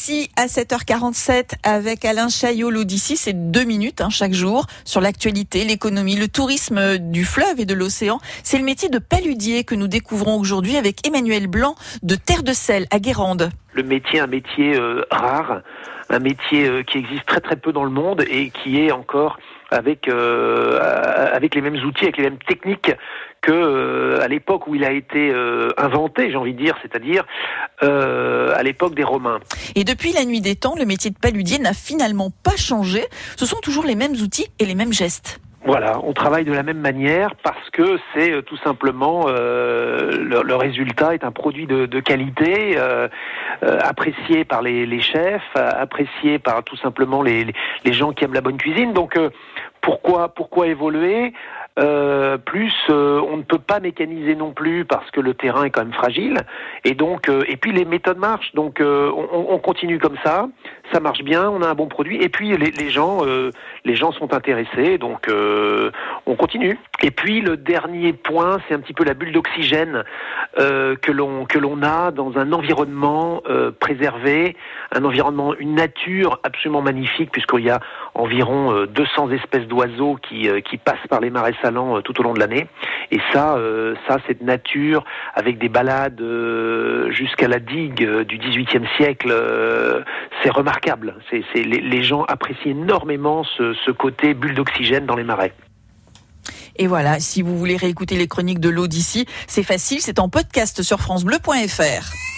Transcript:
d'ici à 7h47 avec Alain Chaillot. L'Odyssée, c'est 2 minutes chaque jour sur l'actualité, l'économie, le tourisme du fleuve et de l'océan. C'est le métier de paludier que nous découvrons aujourd'hui avec Emmanuel Blanc de Terre de Sel à Guérande. Le métier, un métier rare, un métier qui existe très très peu dans le monde et qui est encore avec les mêmes outils, avec les mêmes techniques que à l'époque où il a été inventé, j'ai envie de dire, c'est-à-dire à l'époque des Romains. Et depuis la nuit des temps, le métier de paludier n'a finalement pas changé. Ce sont toujours les mêmes outils et les mêmes gestes. Voilà, on travaille de la même manière parce que c'est tout simplement le résultat est un produit de qualité, apprécié par les chefs, apprécié par tout simplement les gens qui aiment la bonne cuisine. Donc pourquoi évoluer ? On ne peut pas mécaniser non plus parce que le terrain est quand même fragile et donc et puis les méthodes marchent, donc on continue comme ça marche bien, on a un bon produit et puis les gens sont intéressés, donc on continue. Et puis le dernier point, c'est un petit peu la bulle d'oxygène que l'on a dans un environnement préservé, un environnement, une nature absolument magnifique, puisqu'il y a environ 200 espèces d'oiseaux qui passent par les marais salants tout au long de l'année. Et ça cette nature avec des balades jusqu'à la digue du XVIIIe siècle, c'est remarquable. Les gens apprécient énormément ce côté bulle d'oxygène dans les marais. Et voilà, si vous voulez réécouter les chroniques de l'Odyssée, c'est facile, c'est en podcast sur francebleu.fr.